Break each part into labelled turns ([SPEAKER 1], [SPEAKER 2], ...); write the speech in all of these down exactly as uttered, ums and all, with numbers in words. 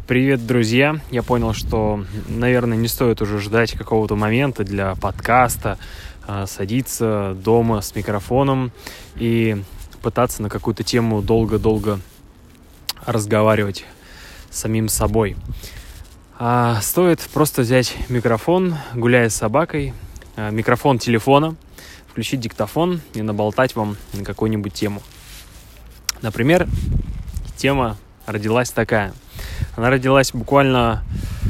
[SPEAKER 1] Привет, друзья! Я понял, что, наверное, не стоит уже ждать какого-то момента для подкаста, садиться дома с микрофоном и пытаться на какую-то тему долго-долго разговаривать с самим собой. А стоит просто взять микрофон, гуляя с собакой, микрофон телефона, включить диктофон и наболтать вам на какую-нибудь тему. Например, тема родилась такая. Она родилась буквально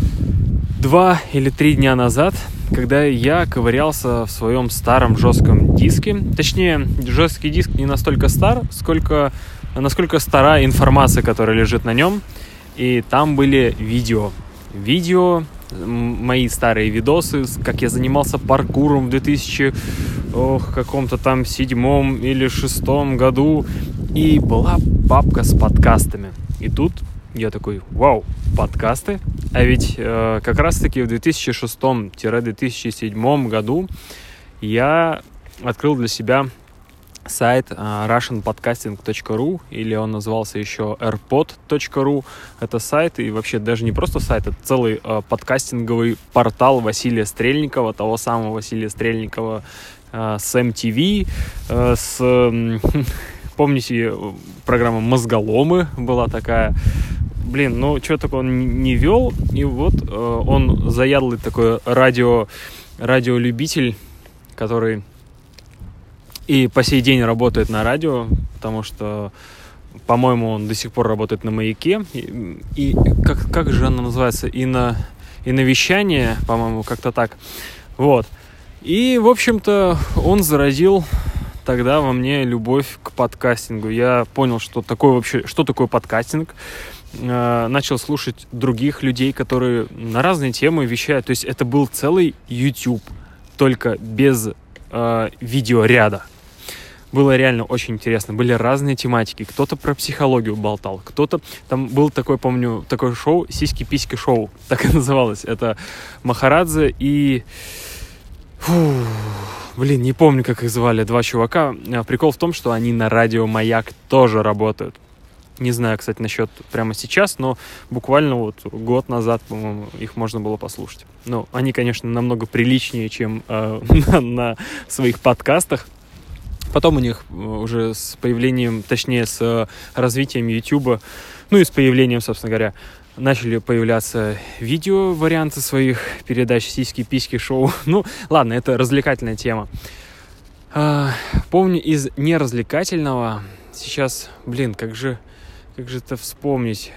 [SPEAKER 1] два или три дня назад, когда я ковырялся в своем старом жестком диске. Точнее, жесткий диск не настолько стар, сколько, насколько стара информация, которая лежит на нем. И там были видео. Видео, мои старые видосы, как я занимался паркуром в две тысячи ох, каком-то там седьмом или шестом году. И была папка с подкастами. И тут я такой, вау, подкасты? А ведь э, как раз-таки в две тысячи шестом - две тысячи седьмом году я открыл для себя сайт э, russian podcasting точка ру, или он назывался еще эр под точка ру. Это сайт, и вообще даже не просто сайт, это целый э, подкастинговый портал Василия Стрельникова, того самого Василия Стрельникова э, с эм ти ви, э, с... Э, помните, программа «Мозголомы» была такая. Блин, ну, что такое он не вел. И вот э, он заядлый такой радио, радиолюбитель, который и по сей день работает на радио, потому что, по-моему, он до сих пор работает на «Маяке». И, и как, как же оно называется? И на, и на вещание, по-моему, как-то так. Вот. И, в общем-то, он заразил тогда во мне любовь к подкастингу. Я понял, что такое вообще, что такое подкастинг. Э, начал слушать других людей, которые на разные темы вещают. То есть это был целый YouTube, только без э, видеоряда. Было реально очень интересно. Были разные тематики. Кто-то про психологию болтал, кто-то... Там был такой, помню, такое шоу «Сиськи-письки шоу». Так и называлось. Это Махарадзе и... Фу... Блин, не помню, как их звали, два чувака. Прикол в том, что они на радио «Маяк» тоже работают. Не знаю, кстати, насчет прямо сейчас, но буквально вот год назад, по-моему, их можно было послушать. Ну, они, конечно, намного приличнее, чем э, на, на своих подкастах. Потом у них уже с появлением, точнее, с развитием YouTube, ну и с появлением, собственно говоря, начали появляться видео-варианты своих передач «Сиськи-письки шоу». Ну, ладно, это развлекательная тема. А, помню из неразвлекательного... Сейчас, блин, как же... Как же это вспомнить?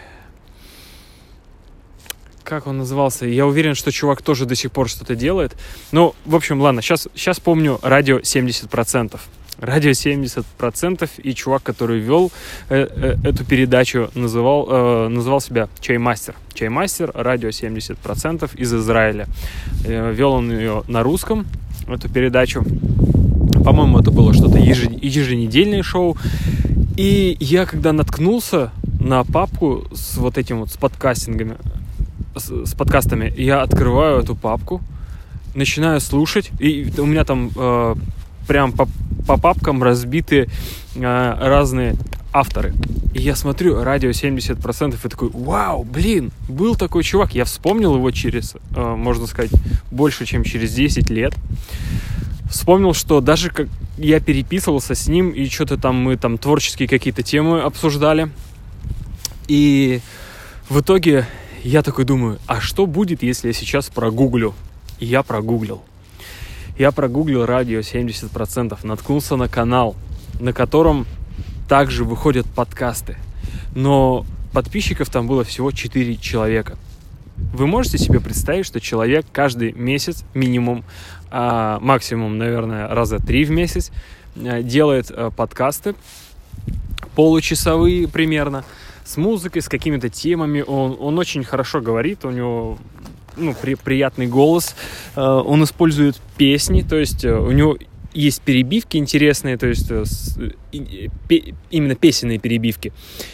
[SPEAKER 1] Как он назывался? Я уверен, что чувак тоже до сих пор что-то делает. Ну, в общем, ладно, сейчас, сейчас помню «Радио семьдесят процентов». Радио семьдесят процентов, и чувак, который вел э, э, эту передачу, называл, э, называл себя Чаймастер. Чаймастер, Радио семьдесят процентов из Израиля. Э, вел он ее на русском, эту передачу. По-моему, это было что-то ежен- еженедельное шоу. И я, когда наткнулся на папку с вот этим вот, с подкастингами, с, с подкастами, я открываю эту папку, начинаю слушать, и у меня там... Э, прям по, по папкам разбиты э, разные авторы. И я смотрю «Радио семьдесят процентов» и такой, вау, блин, был такой чувак. Я вспомнил его через, э, можно сказать, больше, чем через десять лет. Вспомнил, что даже как я переписывался с ним, и что-то там мы там творческие какие-то темы обсуждали. И в итоге я такой думаю, а что будет, если я сейчас прогуглю? И я прогуглил. Я прогуглил «Радио семьдесят процентов», наткнулся на канал, на котором также выходят подкасты. Но подписчиков там было всего четыре человека. Вы можете себе представить, что человек каждый месяц минимум, а максимум, наверное, раза три в месяц делает подкасты, получасовые примерно, с музыкой, с какими-то темами. Он, он очень хорошо говорит, у него... ну, при, приятный голос, э, он использует песни, то есть э, у него есть перебивки интересные, то есть э, с, э, пе, именно песенные перебивки.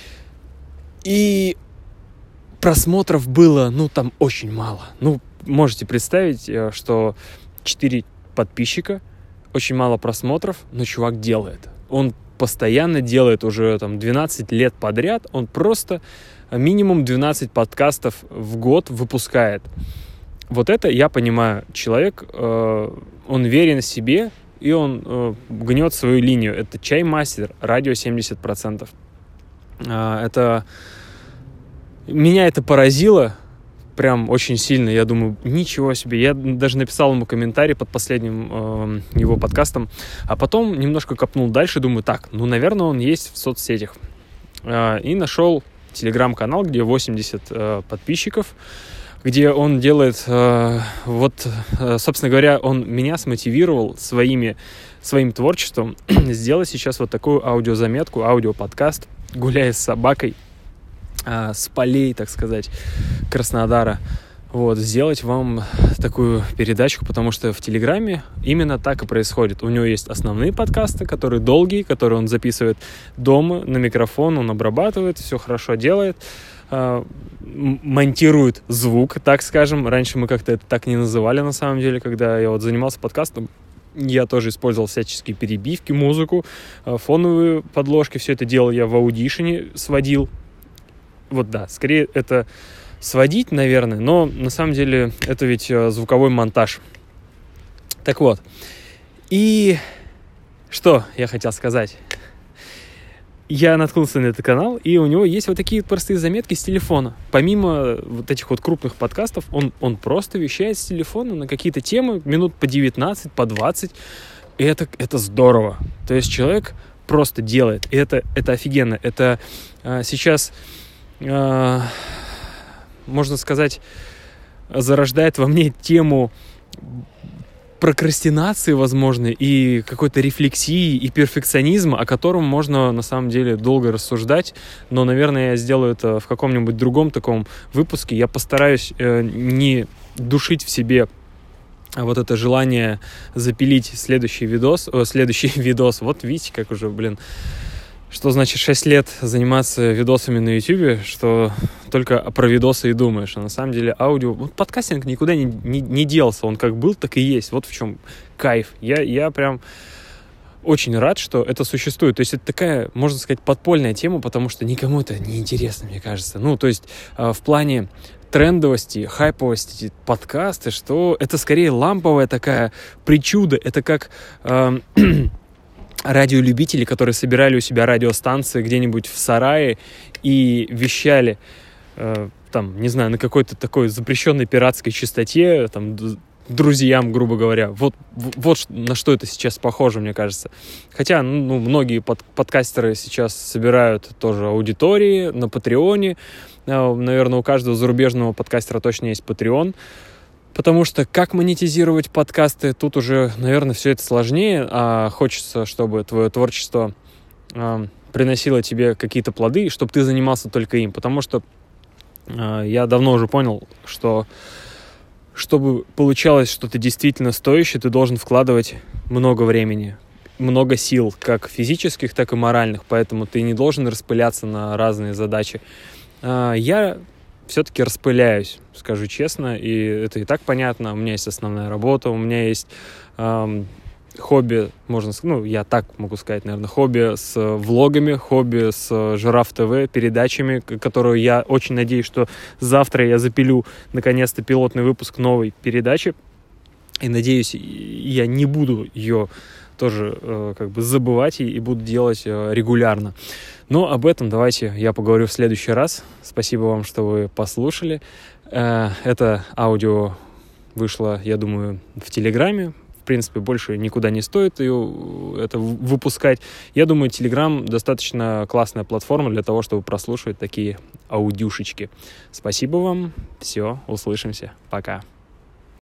[SPEAKER 1] И просмотров было, ну, там очень мало. Ну, можете представить, э, что четыре подписчика, очень мало просмотров, но чувак делает. Он постоянно делает уже там двенадцать лет подряд, он просто минимум двенадцать подкастов в год выпускает. Вот это я понимаю. Человек, э, он верен себе, и он э, гнет свою линию. Это Чаймастер, радио семьдесят процентов. Э, это... Меня это поразило прям очень сильно. Я думаю, ничего себе. Я даже написал ему комментарий под последним э, его подкастом. А потом немножко копнул дальше. Думаю, так, ну, наверное, он есть в соцсетях. Э, и нашел телеграм-канал, где восемьдесят э, подписчиков, где он делает, э, вот, э, собственно говоря, он меня смотивировал своими, своим творчеством сделать сейчас вот такую аудиозаметку, аудиоподкаст, гуляя с собакой, э, с полей, так сказать, Краснодара. Вот, сделать вам такую передачку, потому что в Телеграме именно так и происходит. У него есть основные подкасты, которые долгие, которые он записывает дома на микрофон, он обрабатывает, все хорошо делает, э, монтирует звук, так скажем. Раньше мы как-то это так не называли на самом деле, когда я вот занимался подкастом. Я тоже использовал всяческие перебивки, музыку, э, фоновые подложки. Все это делал я в Audition, сводил. Вот да, скорее это... сводить, наверное, но на самом деле это ведь звуковой монтаж. Так вот, и что я хотел сказать? Я наткнулся на этот канал, и у него есть вот такие простые заметки с телефона. Помимо вот этих вот крупных подкастов, он, он просто вещает с телефона на какие-то темы минут по девятнадцать, по двадцать. И это, это здорово. То есть человек просто делает. И это, это офигенно. Это а, сейчас... А, можно сказать, зарождает во мне тему прокрастинации, возможно, и какой-то рефлексии, и перфекционизма, о котором можно, на самом деле, долго рассуждать, но, наверное, я сделаю это в каком-нибудь другом таком выпуске. Я постараюсь э, не душить в себе вот это желание запилить следующий видос, о, следующий видос. Вот видите, как уже, блин... Что значит шесть лет заниматься видосами на YouTube, что только про видосы и думаешь. А на самом деле аудио... Вот подкастинг никуда не, не, не делся. Он как был, так и есть. Вот в чем кайф. Я, я прям очень рад, что это существует. То есть это такая, можно сказать, подпольная тема, потому что никому это не интересно, мне кажется. Ну, то есть в плане трендовости, хайповости подкаста, что это скорее ламповая такая причуда. Это как... Э, радиолюбители, которые собирали у себя радиостанции где-нибудь в сарае и вещали, э, там, не знаю, на какой-то такой запрещенной пиратской частоте, там, друзьям, грубо говоря. Вот, вот на что это сейчас похоже, мне кажется. Хотя, ну, многие под, подкастеры сейчас собирают тоже аудитории на Патреоне. Э, наверное, у каждого зарубежного подкастера точно есть Патреон. Потому что как монетизировать подкасты, тут уже, наверное, все это сложнее, а хочется, чтобы твое творчество э, приносило тебе какие-то плоды, чтобы ты занимался только им. Потому что э, я давно уже понял, что чтобы получалось что-то действительно стоящее, ты должен вкладывать много времени, много сил, как физических, так и моральных. Поэтому ты не должен распыляться на разные задачи. Э, я... все-таки распыляюсь, скажу честно, и это и так понятно. У меня есть основная работа, у меня есть эм, хобби, можно сказать, ну, я так могу сказать, наверное, хобби с влогами, хобби с Жираф ТВ, передачами, которую я очень надеюсь, что завтра я запилю, наконец-то, пилотный выпуск новой передачи, и надеюсь, я не буду ее тоже э, как бы забывать и, и буду делать э, регулярно. Но об этом давайте я поговорю в следующий раз. Спасибо вам, что вы послушали. Э, это аудио вышло, я думаю, в Телеграме. В принципе, больше никуда не стоит ее это выпускать. Я думаю, Телеграм достаточно классная платформа для того, чтобы прослушивать такие аудюшечки. Спасибо вам. Все, услышимся. Пока.